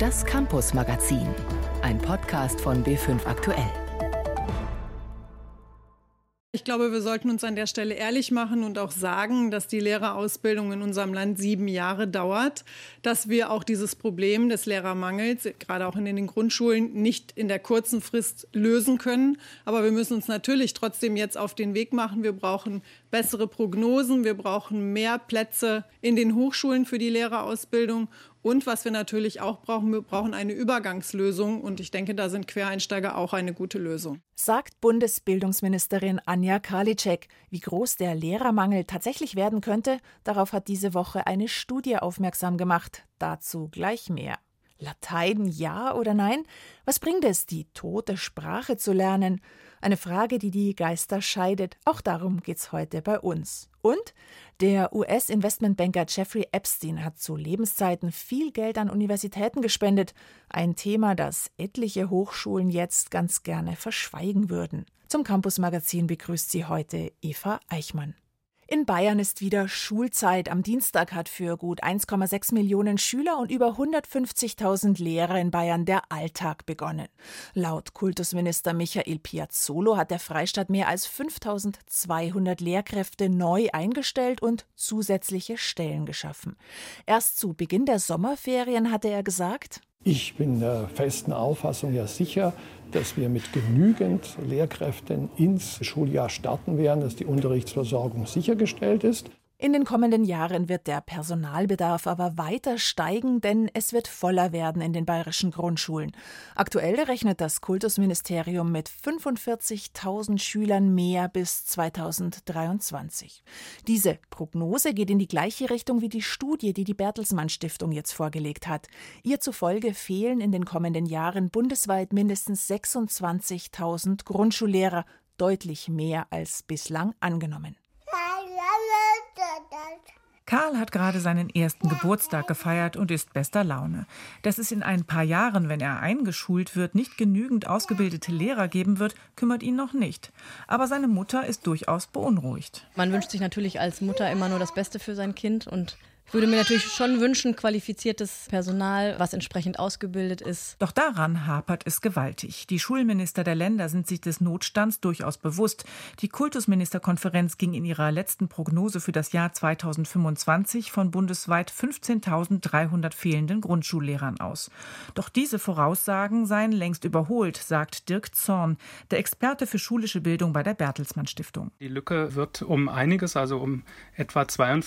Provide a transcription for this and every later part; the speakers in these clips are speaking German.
Das Campus-Magazin, ein Podcast von B5 Aktuell. Ich glaube, wir sollten uns an der Stelle ehrlich machen und auch sagen, dass die Lehrerausbildung in unserem Land 7 Jahre dauert, dass wir auch dieses Problem des Lehrermangels, gerade auch in den Grundschulen, nicht in der kurzen Frist lösen können. Aber wir müssen uns natürlich trotzdem jetzt auf den Weg machen. Wir brauchen bessere Prognosen, wir brauchen mehr Plätze in den Hochschulen für die Lehrerausbildung. Und was wir natürlich auch brauchen, wir brauchen eine Übergangslösung. Und ich denke, da sind Quereinsteiger auch eine gute Lösung. Sagt Bundesbildungsministerin Anja Karliczek. Wie groß der Lehrermangel tatsächlich werden könnte, darauf hat diese Woche eine Studie aufmerksam gemacht. Dazu gleich mehr. Latein ja oder nein? Was bringt es, die tote Sprache zu lernen? Eine Frage, die die Geister scheidet. Auch darum geht's heute bei uns. Und der US-Investmentbanker Jeffrey Epstein hat zu Lebenszeiten viel Geld an Universitäten gespendet. Ein Thema, das etliche Hochschulen jetzt ganz gerne verschweigen würden. Zum Campus-Magazin begrüßt sie heute Eva Eichmann. In Bayern ist wieder Schulzeit. Am Dienstag hat für gut 1,6 Millionen Schüler und über 150.000 Lehrer in Bayern der Alltag begonnen. Laut Kultusminister Michael Piazzolo hat der Freistaat mehr als 5.200 Lehrkräfte neu eingestellt und zusätzliche Stellen geschaffen. Erst zu Beginn der Sommerferien hatte er gesagt: Ich bin der festen Auffassung ja sicher, dass wir mit genügend Lehrkräften ins Schuljahr starten werden, dass die Unterrichtsversorgung sichergestellt ist. In den kommenden Jahren wird der Personalbedarf aber weiter steigen, denn es wird voller werden in den bayerischen Grundschulen. Aktuell rechnet das Kultusministerium mit 45.000 Schülern mehr bis 2023. Diese Prognose geht in die gleiche Richtung wie die Studie, die die Bertelsmann Stiftung jetzt vorgelegt hat. Ihr zufolge fehlen in den kommenden Jahren bundesweit mindestens 26.000 Grundschullehrer, deutlich mehr als bislang angenommen. Karl hat gerade seinen ersten Geburtstag gefeiert und ist bester Laune. Dass es in ein paar Jahren, wenn er eingeschult wird, nicht genügend ausgebildete Lehrer geben wird, kümmert ihn noch nicht. Aber seine Mutter ist durchaus beunruhigt. Man wünscht sich natürlich als Mutter immer nur das Beste für sein Kind und ich würde mir natürlich schon wünschen, qualifiziertes Personal, was entsprechend ausgebildet ist. Doch daran hapert es gewaltig. Die Schulminister der Länder sind sich des Notstands durchaus bewusst. Die Kultusministerkonferenz ging in ihrer letzten Prognose für das Jahr 2025 von bundesweit 15.300 fehlenden Grundschullehrern aus. Doch diese Voraussagen seien längst überholt, sagt Dirk Zorn, der Experte für schulische Bildung bei der Bertelsmann Stiftung. Die Lücke wird um einiges, also um etwa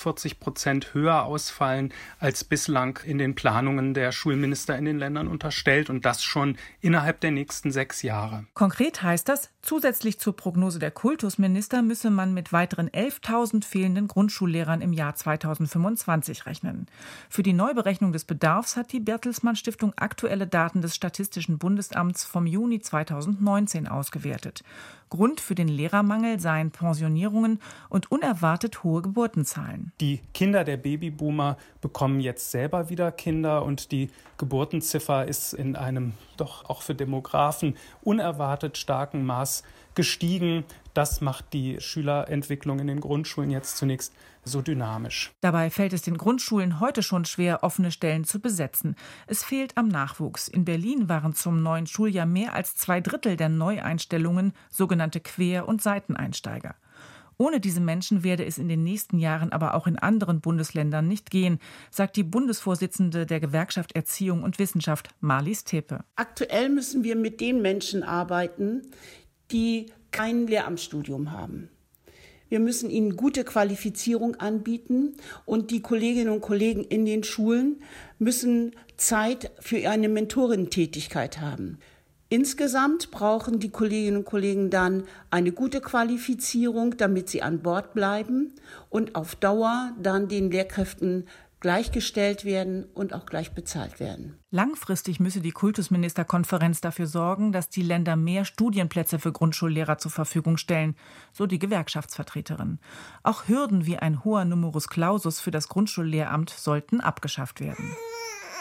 42% höher ausfallen, als bislang in den Planungen der Schulminister in den Ländern unterstellt und das schon innerhalb der nächsten 6 Jahre. Konkret heißt das, zusätzlich zur Prognose der Kultusminister müsse man mit weiteren 11.000 fehlenden Grundschullehrern im Jahr 2025 rechnen. Für die Neuberechnung des Bedarfs hat die Bertelsmann Stiftung aktuelle Daten des Statistischen Bundesamts vom Juni 2019 ausgewertet. Grund für den Lehrermangel seien Pensionierungen und unerwartet hohe Geburtenzahlen. Die Kinder der Babyboomer bekommen jetzt selber wieder Kinder und die Geburtenziffer ist in einem doch auch für Demografen unerwartet starken Maß gestiegen. Das macht die Schülerentwicklung in den Grundschulen jetzt zunächst so dynamisch. Dabei fällt es den Grundschulen heute schon schwer, offene Stellen zu besetzen. Es fehlt am Nachwuchs. In Berlin waren zum neuen Schuljahr mehr als 2/3 der Neueinstellungen sogenannte Quer- und Seiteneinsteiger. Ohne diese Menschen werde es in den nächsten Jahren aber auch in anderen Bundesländern nicht gehen, sagt die Bundesvorsitzende der Gewerkschaft Erziehung und Wissenschaft, Marlies Tepe. Aktuell müssen wir mit den Menschen arbeiten, die kein Lehramtsstudium haben. Wir müssen ihnen gute Qualifizierung anbieten und die Kolleginnen und Kollegen in den Schulen müssen Zeit für eine Mentorentätigkeit haben. Insgesamt brauchen die Kolleginnen und Kollegen dann eine gute Qualifizierung, damit sie an Bord bleiben und auf Dauer dann den Lehrkräften gleichgestellt werden und auch gleich bezahlt werden. Langfristig müsse die Kultusministerkonferenz dafür sorgen, dass die Länder mehr Studienplätze für Grundschullehrer zur Verfügung stellen, so die Gewerkschaftsvertreterin. Auch Hürden wie ein hoher Numerus Clausus für das Grundschullehramt sollten abgeschafft werden.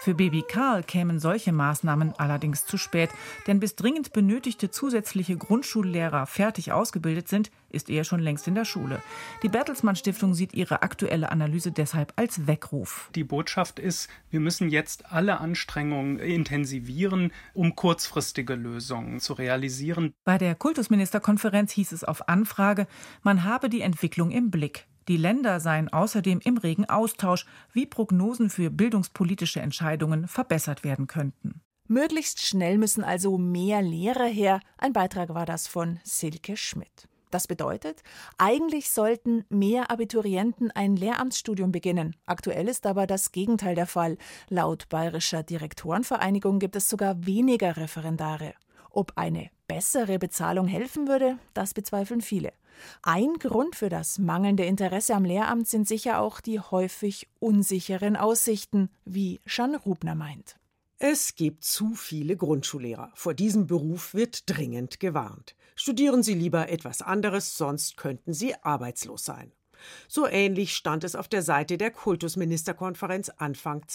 Für Baby Karl kämen solche Maßnahmen allerdings zu spät, denn bis dringend benötigte zusätzliche Grundschullehrer fertig ausgebildet sind, ist er schon längst in der Schule. Die Bertelsmann Stiftung sieht ihre aktuelle Analyse deshalb als Weckruf. Die Botschaft ist, wir müssen jetzt alle Anstrengungen intensivieren, um kurzfristige Lösungen zu realisieren. Bei der Kultusministerkonferenz hieß es auf Anfrage, man habe die Entwicklung im Blick. Die Länder seien außerdem im regen Austausch, wie Prognosen für bildungspolitische Entscheidungen verbessert werden könnten. Möglichst schnell müssen also mehr Lehrer her. Ein Beitrag war das von Silke Schmidt. Das bedeutet, eigentlich sollten mehr Abiturienten ein Lehramtsstudium beginnen. Aktuell ist aber das Gegenteil der Fall. Laut Bayerischer Direktorenvereinigung gibt es sogar weniger Referendare. Ob eine bessere Bezahlung helfen würde, das bezweifeln viele. Ein Grund für das mangelnde Interesse am Lehramt sind sicher auch die häufig unsicheren Aussichten, wie Jeanne Rubner meint. Es gibt zu viele Grundschullehrer. Vor diesem Beruf wird dringend gewarnt. Studieren Sie lieber etwas anderes, sonst könnten Sie arbeitslos sein. So ähnlich stand es auf der Seite der Kultusministerkonferenz Anfang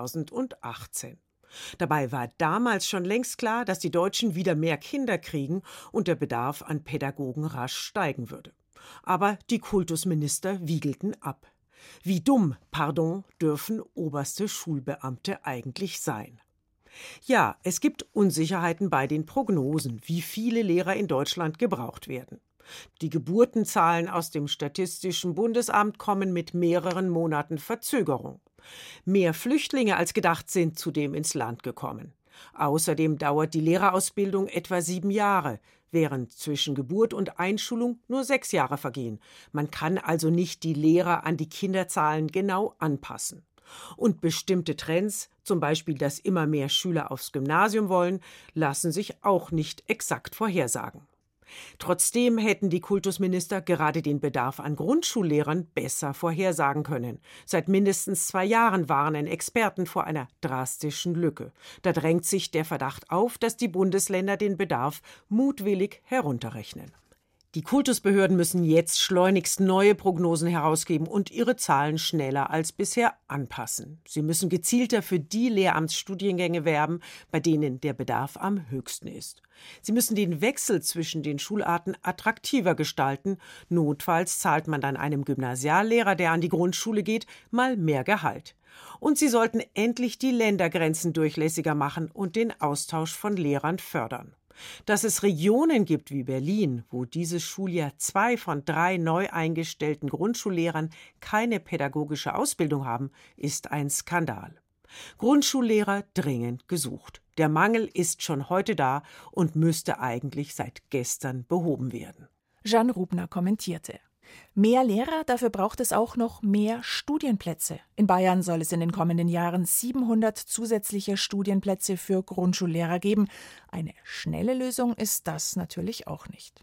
2018. Dabei war damals schon längst klar, dass die Deutschen wieder mehr Kinder kriegen und der Bedarf an Pädagogen rasch steigen würde. Aber die Kultusminister wiegelten ab. Wie dumm, dürfen oberste Schulbeamte eigentlich sein? Ja, es gibt Unsicherheiten bei den Prognosen, wie viele Lehrer in Deutschland gebraucht werden. Die Geburtenzahlen aus dem Statistischen Bundesamt kommen mit mehreren Monaten Verzögerung. Mehr Flüchtlinge als gedacht sind zudem ins Land gekommen. Außerdem dauert die Lehrerausbildung etwa 7 Jahre, während zwischen Geburt und Einschulung nur 6 Jahre vergehen. Man kann also nicht die Lehrer an die Kinderzahlen genau anpassen. Und bestimmte Trends, zum Beispiel, dass immer mehr Schüler aufs Gymnasium wollen, lassen sich auch nicht exakt vorhersagen. Trotzdem hätten die Kultusminister gerade den Bedarf an Grundschullehrern besser vorhersagen können. Seit mindestens 2 Jahren warnen Experten vor einer drastischen Lücke. Da drängt sich der Verdacht auf, dass die Bundesländer den Bedarf mutwillig herunterrechnen. Die Kultusbehörden müssen jetzt schleunigst neue Prognosen herausgeben und ihre Zahlen schneller als bisher anpassen. Sie müssen gezielter für die Lehramtsstudiengänge werben, bei denen der Bedarf am höchsten ist. Sie müssen den Wechsel zwischen den Schularten attraktiver gestalten. Notfalls zahlt man dann einem Gymnasiallehrer, der an die Grundschule geht, mal mehr Gehalt. Und sie sollten endlich die Ländergrenzen durchlässiger machen und den Austausch von Lehrern fördern. Dass es Regionen gibt wie Berlin, wo dieses Schuljahr 2 von 3 neu eingestellten Grundschullehrern keine pädagogische Ausbildung haben, ist ein Skandal. Grundschullehrer dringend gesucht. Der Mangel ist schon heute da und müsste eigentlich seit gestern behoben werden. Jeanne Rubner kommentierte. Mehr Lehrer, dafür braucht es auch noch mehr Studienplätze. In Bayern soll es in den kommenden Jahren 700 zusätzliche Studienplätze für Grundschullehrer geben. Eine schnelle Lösung ist das natürlich auch nicht.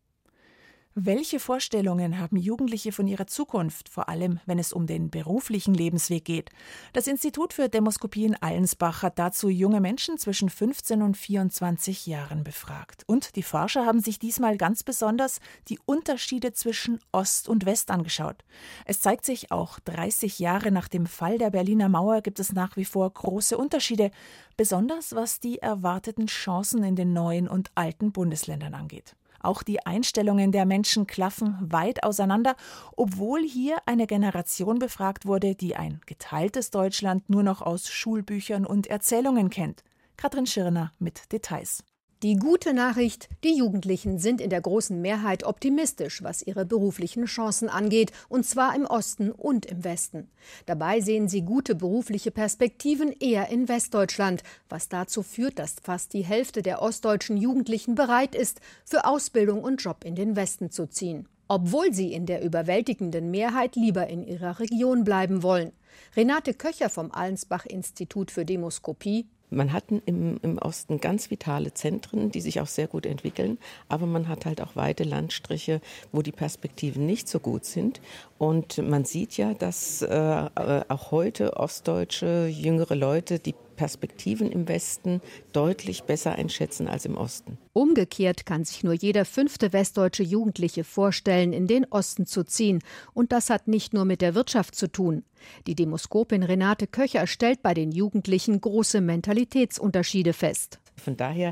Welche Vorstellungen haben Jugendliche von ihrer Zukunft, vor allem wenn es um den beruflichen Lebensweg geht? Das Institut für Demoskopie in Allensbach hat dazu junge Menschen zwischen 15 und 24 Jahren befragt. Und die Forscher haben sich diesmal ganz besonders die Unterschiede zwischen Ost und West angeschaut. Es zeigt sich, auch 30 Jahre nach dem Fall der Berliner Mauer gibt es nach wie vor große Unterschiede, besonders was die erwarteten Chancen in den neuen und alten Bundesländern angeht. Auch die Einstellungen der Menschen klaffen weit auseinander, obwohl hier eine Generation befragt wurde, die ein geteiltes Deutschland nur noch aus Schulbüchern und Erzählungen kennt. Katrin Schirner mit Details. Die gute Nachricht, die Jugendlichen sind in der großen Mehrheit optimistisch, was ihre beruflichen Chancen angeht, und zwar im Osten und im Westen. Dabei sehen sie gute berufliche Perspektiven eher in Westdeutschland, was dazu führt, dass fast die Hälfte der ostdeutschen Jugendlichen bereit ist, für Ausbildung und Job in den Westen zu ziehen. Obwohl sie in der überwältigenden Mehrheit lieber in ihrer Region bleiben wollen. Renate Köcher vom Allensbach-Institut für Demoskopie: Man hat im Osten ganz vitale Zentren, die sich auch sehr gut entwickeln, aber man hat halt auch weite Landstriche, wo die Perspektiven nicht so gut sind. Und man sieht ja, dass auch heute ostdeutsche jüngere Leute, die Perspektiven im Westen deutlich besser einschätzen als im Osten. Umgekehrt kann sich nur jeder 5. westdeutsche Jugendliche vorstellen, in den Osten zu ziehen. Und das hat nicht nur mit der Wirtschaft zu tun. Die Demoskopin Renate Köcher stellt bei den Jugendlichen große Mentalitätsunterschiede fest. Von daher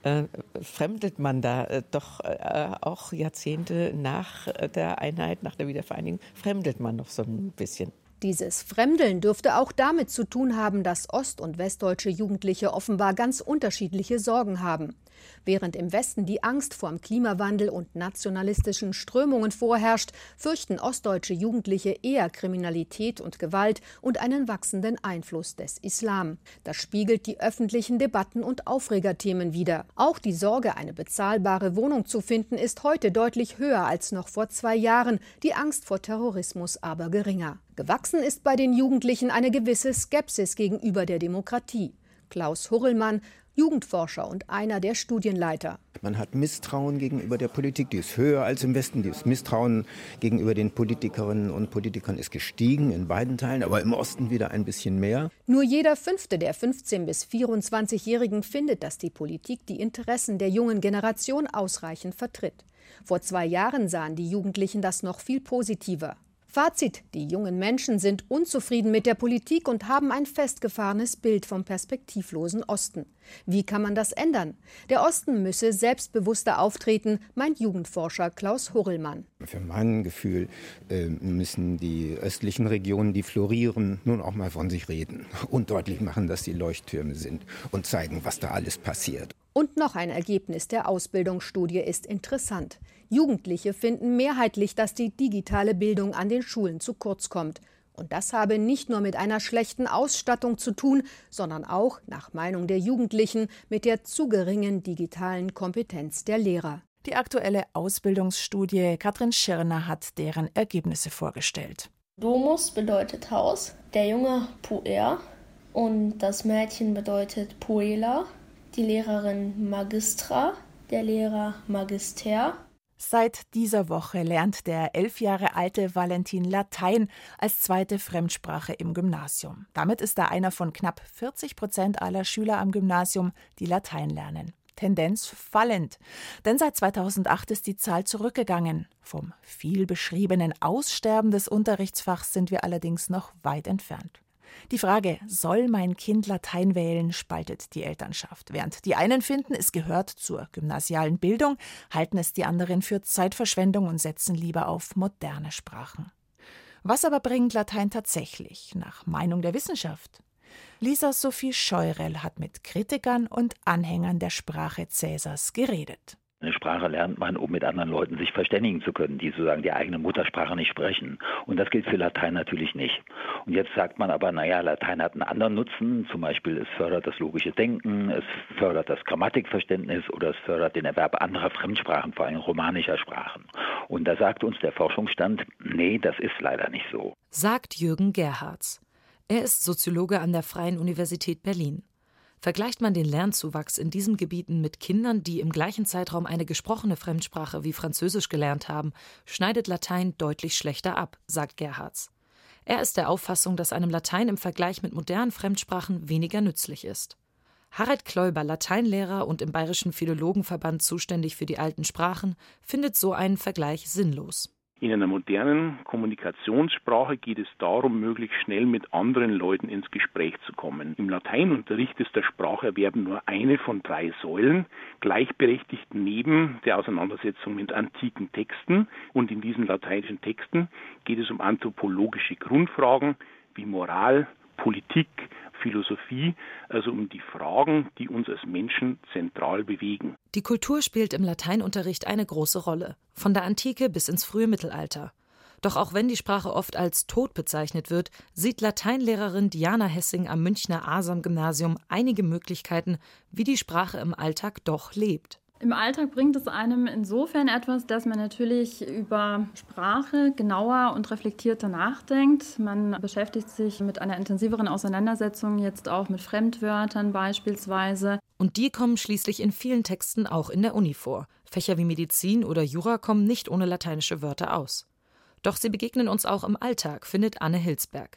fremdelt man da doch auch Jahrzehnte nach der Einheit, nach der Wiedervereinigung, fremdelt man noch so ein bisschen. Dieses Fremdeln dürfte auch damit zu tun haben, dass ost- und westdeutsche Jugendliche offenbar ganz unterschiedliche Sorgen haben. Während im Westen die Angst vor dem Klimawandel und nationalistischen Strömungen vorherrscht, fürchten ostdeutsche Jugendliche eher Kriminalität und Gewalt und einen wachsenden Einfluss des Islam. Das spiegelt die öffentlichen Debatten und Aufregerthemen wider. Auch die Sorge, eine bezahlbare Wohnung zu finden, ist heute deutlich höher als noch vor 2 Jahren, die Angst vor Terrorismus aber geringer. Gewachsen ist bei den Jugendlichen eine gewisse Skepsis gegenüber der Demokratie. Klaus Hurrellmann, Jugendforscher und einer der Studienleiter. Man hat Misstrauen gegenüber der Politik, die ist höher als im Westen. Das Misstrauen gegenüber den Politikerinnen und Politikern ist gestiegen in beiden Teilen, aber im Osten wieder ein bisschen mehr. Nur jeder 5. der 15- bis 24-Jährigen findet, dass die Politik die Interessen der jungen Generation ausreichend vertritt. Vor 2 Jahren sahen die Jugendlichen das noch viel positiver. Fazit: Die jungen Menschen sind unzufrieden mit der Politik und haben ein festgefahrenes Bild vom perspektivlosen Osten. Wie kann man das ändern? Der Osten müsse selbstbewusster auftreten, meint Jugendforscher Klaus Hurrellmann. Für mein Gefühl müssen die östlichen Regionen, die florieren, nun auch mal von sich reden und deutlich machen, dass sie Leuchttürme sind und zeigen, was da alles passiert. Und noch ein Ergebnis der Ausbildungsstudie ist interessant. Jugendliche finden mehrheitlich, dass die digitale Bildung an den Schulen zu kurz kommt. Und das habe nicht nur mit einer schlechten Ausstattung zu tun, sondern auch, nach Meinung der Jugendlichen, mit der zu geringen digitalen Kompetenz der Lehrer. Die aktuelle Ausbildungsstudie Katrin Schirner hat deren Ergebnisse vorgestellt. Domus bedeutet Haus, der Junge Puer und das Mädchen bedeutet Puella, die Lehrerin Magistra, der Lehrer Magister. Seit dieser Woche lernt der 11 Jahre alte Valentin Latein als zweite Fremdsprache im Gymnasium. Damit ist er einer von knapp 40% aller Schüler am Gymnasium, die Latein lernen. Tendenz fallend, denn seit 2008 ist die Zahl zurückgegangen. Vom viel beschriebenen Aussterben des Unterrichtsfachs sind wir allerdings noch weit entfernt. Die Frage, soll mein Kind Latein wählen, spaltet die Elternschaft. Während die einen finden, es gehört zur gymnasialen Bildung, halten es die anderen für Zeitverschwendung und setzen lieber auf moderne Sprachen. Was aber bringt Latein tatsächlich, nach Meinung der Wissenschaft? Lisa Sophie Scheurel hat mit Kritikern und Anhängern der Sprache Cäsars geredet. Eine Sprache lernt man, um mit anderen Leuten sich verständigen zu können, die sozusagen die eigene Muttersprache nicht sprechen. Und das gilt für Latein natürlich nicht. Und jetzt sagt man aber, Latein hat einen anderen Nutzen. Zum Beispiel, es fördert das logische Denken, es fördert das Grammatikverständnis oder es fördert den Erwerb anderer Fremdsprachen, vor allem romanischer Sprachen. Und da sagt uns der Forschungsstand, nee, das ist leider nicht so. Sagt Jürgen Gerhards. Er ist Soziologe an der Freien Universität Berlin. Vergleicht man den Lernzuwachs in diesen Gebieten mit Kindern, die im gleichen Zeitraum eine gesprochene Fremdsprache wie Französisch gelernt haben, schneidet Latein deutlich schlechter ab, sagt Gerhards. Er ist der Auffassung, dass einem Latein im Vergleich mit modernen Fremdsprachen weniger nützlich ist. Harald Kläuber, Lateinlehrer und im Bayerischen Philologenverband zuständig für die alten Sprachen, findet so einen Vergleich sinnlos. In einer modernen Kommunikationssprache geht es darum, möglichst schnell mit anderen Leuten ins Gespräch zu kommen. Im Lateinunterricht ist der Spracherwerb nur eine von 3 Säulen, gleichberechtigt neben der Auseinandersetzung mit antiken Texten. Und in diesen lateinischen Texten geht es um anthropologische Grundfragen wie Moral, Politik, Philosophie, also um die Fragen, die uns als Menschen zentral bewegen. Die Kultur spielt im Lateinunterricht eine große Rolle, von der Antike bis ins frühe Mittelalter. Doch auch wenn die Sprache oft als tot bezeichnet wird, sieht Lateinlehrerin Diana Hessing am Münchner Asam-Gymnasium einige Möglichkeiten, wie die Sprache im Alltag doch lebt. Im Alltag bringt es einem insofern etwas, dass man natürlich über Sprache genauer und reflektierter nachdenkt. Man beschäftigt sich mit einer intensiveren Auseinandersetzung jetzt auch mit Fremdwörtern beispielsweise. Und die kommen schließlich in vielen Texten auch in der Uni vor. Fächer wie Medizin oder Jura kommen nicht ohne lateinische Wörter aus. Doch sie begegnen uns auch im Alltag, findet Anne Hilsberg.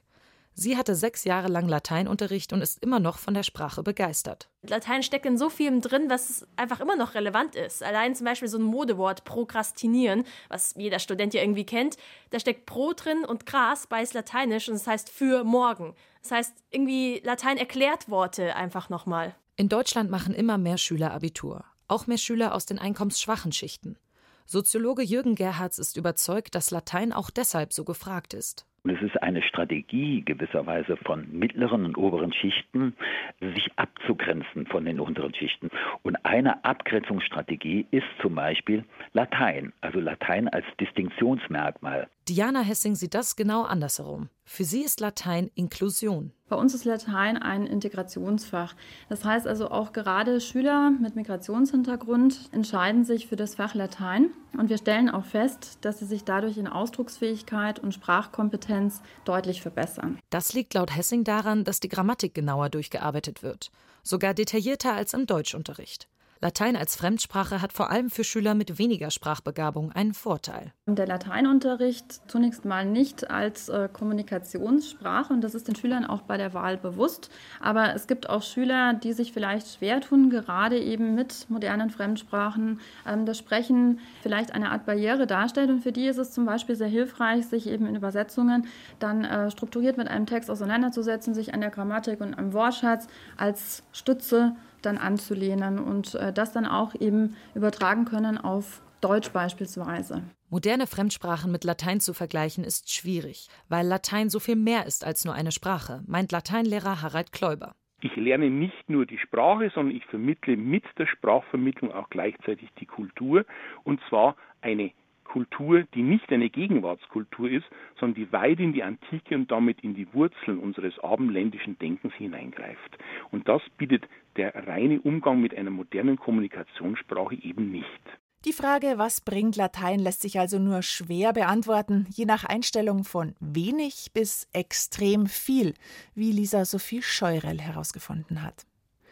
Sie hatte 6 Jahre lang Lateinunterricht und ist immer noch von der Sprache begeistert. Latein steckt in so vielem drin, was einfach immer noch relevant ist. Allein zum Beispiel so ein Modewort, prokrastinieren, was jeder Student ja irgendwie kennt. Da steckt pro drin und gras, beides lateinisch und das heißt für morgen. Das heißt irgendwie Latein erklärt Worte einfach nochmal. In Deutschland machen immer mehr Schüler Abitur. Auch mehr Schüler aus den einkommensschwachen Schichten. Soziologe Jürgen Gerhards ist überzeugt, dass Latein auch deshalb so gefragt ist. Und es ist eine Strategie gewisserweise von mittleren und oberen Schichten, sich abzugrenzen von den unteren Schichten. Und eine Abgrenzungsstrategie ist zum Beispiel Latein, also Latein als Distinktionsmerkmal. Diana Hessing sieht das genau andersherum. Für sie ist Latein Inklusion. Bei uns ist Latein ein Integrationsfach. Das heißt also auch gerade Schüler mit Migrationshintergrund entscheiden sich für das Fach Latein. Und wir stellen auch fest, dass sie sich dadurch in Ausdrucksfähigkeit und Sprachkompetenz deutlich verbessern. Das liegt laut Hessing daran, dass die Grammatik genauer durchgearbeitet wird. Sogar detaillierter als im Deutschunterricht. Latein als Fremdsprache hat vor allem für Schüler mit weniger Sprachbegabung einen Vorteil. Der Lateinunterricht zunächst mal nicht als Kommunikationssprache und das ist den Schülern auch bei der Wahl bewusst. Aber es gibt auch Schüler, die sich vielleicht schwer tun, gerade eben mit modernen Fremdsprachen. Das Sprechen vielleicht eine Art Barriere darstellt und für die ist es zum Beispiel sehr hilfreich, sich eben in Übersetzungen dann strukturiert mit einem Text auseinanderzusetzen, sich an der Grammatik und am Wortschatz als Stütze dann anzulehnen und das dann auch eben übertragen können auf Deutsch beispielsweise. Moderne Fremdsprachen mit Latein zu vergleichen ist schwierig, weil Latein so viel mehr ist als nur eine Sprache, meint Lateinlehrer Harald Kleuber. Ich lerne nicht nur die Sprache, sondern ich vermittle mit der Sprachvermittlung auch gleichzeitig die Kultur, und zwar eine Kultur, die nicht eine Gegenwartskultur ist, sondern die weit in die Antike und damit in die Wurzeln unseres abendländischen Denkens hineingreift. Und das bietet der reine Umgang mit einer modernen Kommunikationssprache eben nicht. Die Frage, was bringt Latein, lässt sich also nur schwer beantworten, je nach Einstellung von wenig bis extrem viel, wie Lisa Sophie Scheurell herausgefunden hat.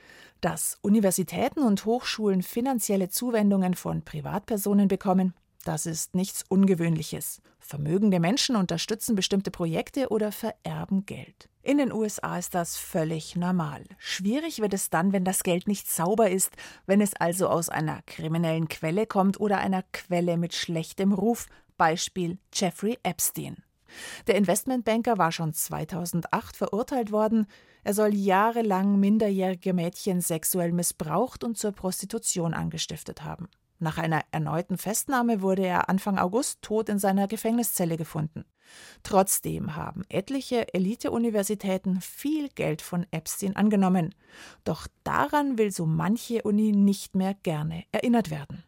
Dass Universitäten und Hochschulen finanzielle Zuwendungen von Privatpersonen bekommen, das ist nichts Ungewöhnliches. Vermögende Menschen unterstützen bestimmte Projekte oder vererben Geld. In den USA ist das völlig normal. Schwierig wird es dann, wenn das Geld nicht sauber ist, wenn es also aus einer kriminellen Quelle kommt oder einer Quelle mit schlechtem Ruf, Beispiel Jeffrey Epstein. Der Investmentbanker war schon 2008 verurteilt worden. Er soll jahrelang minderjährige Mädchen sexuell missbraucht und zur Prostitution angestiftet haben. Nach einer erneuten Festnahme wurde er Anfang August tot in seiner Gefängniszelle gefunden. Trotzdem haben etliche Elite-Universitäten viel Geld von Epstein angenommen. Doch daran will so manche Uni nicht mehr gerne erinnert werden.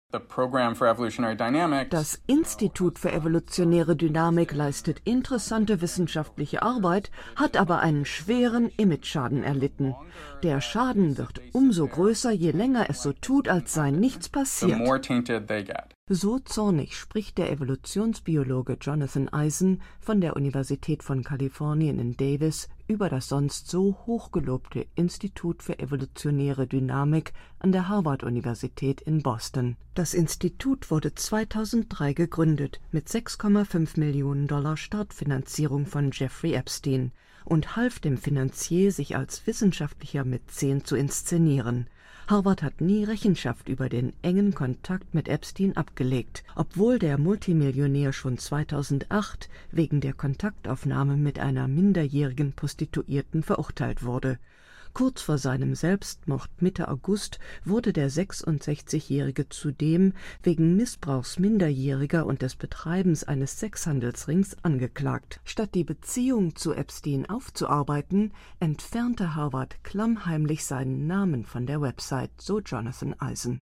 Das Institut für evolutionäre Dynamik leistet interessante wissenschaftliche Arbeit, hat aber einen schweren Imageschaden erlitten. Der Schaden wird umso größer, je länger es so tut, als sei nichts passiert. So zornig spricht der Evolutionsbiologe Jonathan Eisen von der Universität von Kalifornien in Davis über das sonst so hochgelobte Institut für evolutionäre Dynamik an der Harvard-Universität in Boston. Das Institut wurde 2003 gegründet mit $6,5 Millionen Startfinanzierung von Jeffrey Epstein und half dem Finanzier, sich als wissenschaftlicher Mäzen zu inszenieren. Harvard hat nie Rechenschaft über den engen Kontakt mit Epstein abgelegt, obwohl der Multimillionär schon 2008 wegen der Kontaktaufnahme mit einer minderjährigen Prostituierten verurteilt wurde. Kurz vor seinem Selbstmord Mitte August wurde der 66-Jährige zudem wegen Missbrauchs Minderjähriger und des Betreibens eines Sexhandelsrings angeklagt. Statt die Beziehung zu Epstein aufzuarbeiten, entfernte Harvard klammheimlich seinen Namen von der Website, so Jonathan Eisen.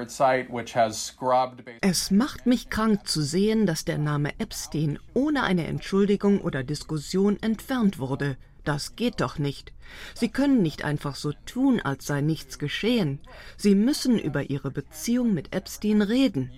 Es macht mich krank zu sehen, dass der Name Epstein ohne eine Entschuldigung oder Diskussion entfernt wurde. Das geht doch nicht. Sie können nicht einfach so tun, als sei nichts geschehen. Sie müssen über Ihre Beziehung mit Epstein reden.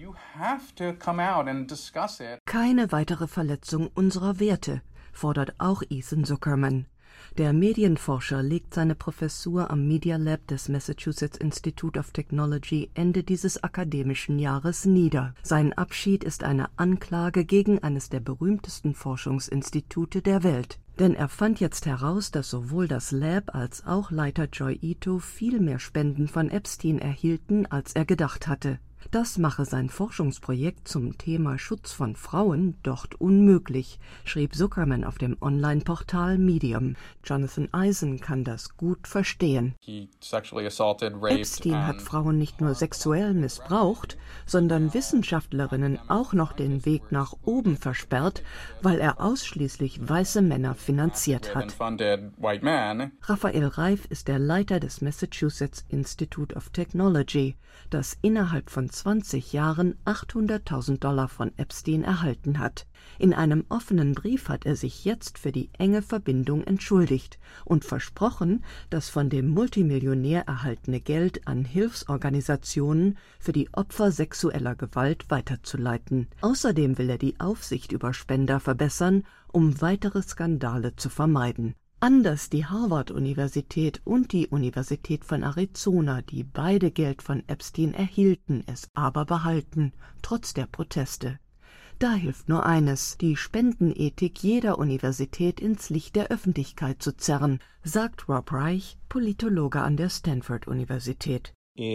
Keine weitere Verletzung unserer Werte, fordert auch Ethan Zuckerman. Der Medienforscher legt seine Professur am Media Lab des Massachusetts Institute of Technology Ende dieses akademischen Jahres nieder. Sein Abschied ist eine Anklage gegen eines der berühmtesten Forschungsinstitute der Welt. Denn er fand jetzt heraus, dass sowohl das Lab als auch Leiter Joi Ito viel mehr Spenden von Epstein erhielten, als er gedacht hatte. Das mache sein Forschungsprojekt zum Thema Schutz von Frauen dort unmöglich, schrieb Zuckerman auf dem Online-Portal Medium. Jonathan Eisen kann das gut verstehen. Epstein hat Frauen nicht nur sexuell missbraucht, sondern Wissenschaftlerinnen auch noch den Weg nach oben versperrt, weil er ausschließlich weiße Männer finanziert hat. Raphael Reif ist der Leiter des Massachusetts Institute of Technology, das innerhalb von 20 Jahren $800.000 von Epstein erhalten hat. In einem offenen Brief hat er sich jetzt für die enge Verbindung entschuldigt und versprochen, das von dem Multimillionär erhaltene Geld an Hilfsorganisationen für die Opfer sexueller Gewalt weiterzuleiten. Außerdem will er die Aufsicht über Spender verbessern, um weitere Skandale zu vermeiden. Anders die Harvard-Universität und die Universität von Arizona, die beide Geld von Epstein erhielten, es aber behalten, trotz der Proteste. Da hilft nur eines, die Spendenethik jeder Universität ins Licht der Öffentlichkeit zu zerren, sagt Rob Reich, Politologe an der Stanford-Universität.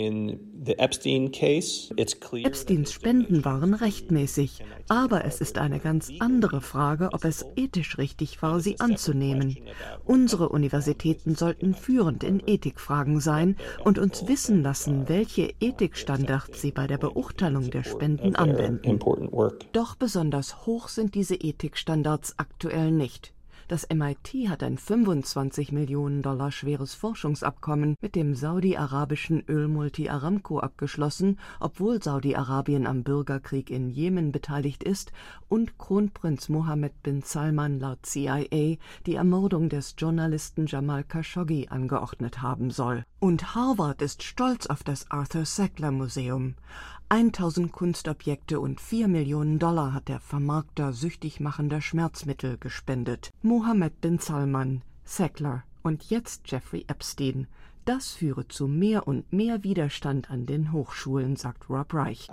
Epsteins Spenden waren rechtmäßig, aber es ist eine ganz andere Frage, ob es ethisch richtig war, sie anzunehmen. Unsere Universitäten sollten führend in Ethikfragen sein und uns wissen lassen, welche Ethikstandards sie bei der Beurteilung der Spenden anwenden. Doch besonders hoch sind diese Ethikstandards aktuell nicht. Das MIT hat ein $25 Millionen schweres Forschungsabkommen mit dem saudi-arabischen Ölmulti Aramco abgeschlossen, obwohl Saudi-Arabien am Bürgerkrieg in Jemen beteiligt ist und Kronprinz Mohammed bin Salman laut CIA die Ermordung des Journalisten Jamal Khashoggi angeordnet haben soll. Und Harvard ist stolz auf das Arthur Sackler Museum. 1000 Kunstobjekte und $4 Millionen hat der Vermarkter süchtig machender Schmerzmittel gespendet. Mohammed bin Salman, Sackler und jetzt Jeffrey Epstein. Das führe zu mehr und mehr Widerstand an den Hochschulen, sagt Rob Reich.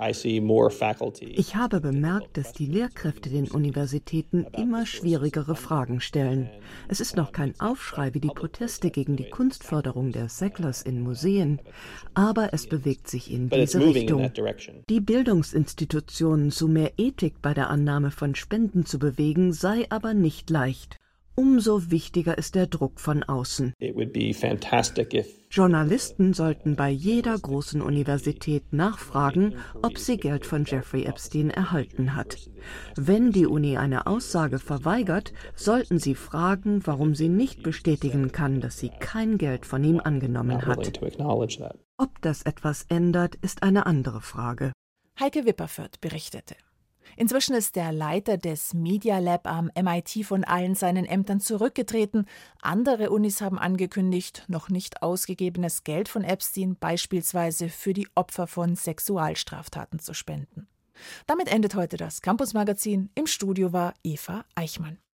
Ich habe bemerkt, dass die Lehrkräfte den Universitäten immer schwierigere Fragen stellen. Es ist noch kein Aufschrei wie die Proteste gegen die Kunstförderung der Sacklers in Museen, aber es bewegt sich in diese Richtung. Die Bildungsinstitutionen zu mehr Ethik bei der Annahme von Spenden zu bewegen, sei aber nicht leicht. Umso wichtiger ist der Druck von außen. Journalisten sollten bei jeder großen Universität nachfragen, ob sie Geld von Jeffrey Epstein erhalten hat. Wenn die Uni eine Aussage verweigert, sollten sie fragen, warum sie nicht bestätigen kann, dass sie kein Geld von ihm angenommen hat. Ob das etwas ändert, ist eine andere Frage. Heike Wipperfürth berichtete. Inzwischen ist der Leiter des Media Lab am MIT von allen seinen Ämtern zurückgetreten. Andere Unis haben angekündigt, noch nicht ausgegebenes Geld von Epstein beispielsweise für die Opfer von Sexualstraftaten zu spenden. Damit endet heute das Campus Magazin. Im Studio war Eva Eichmann.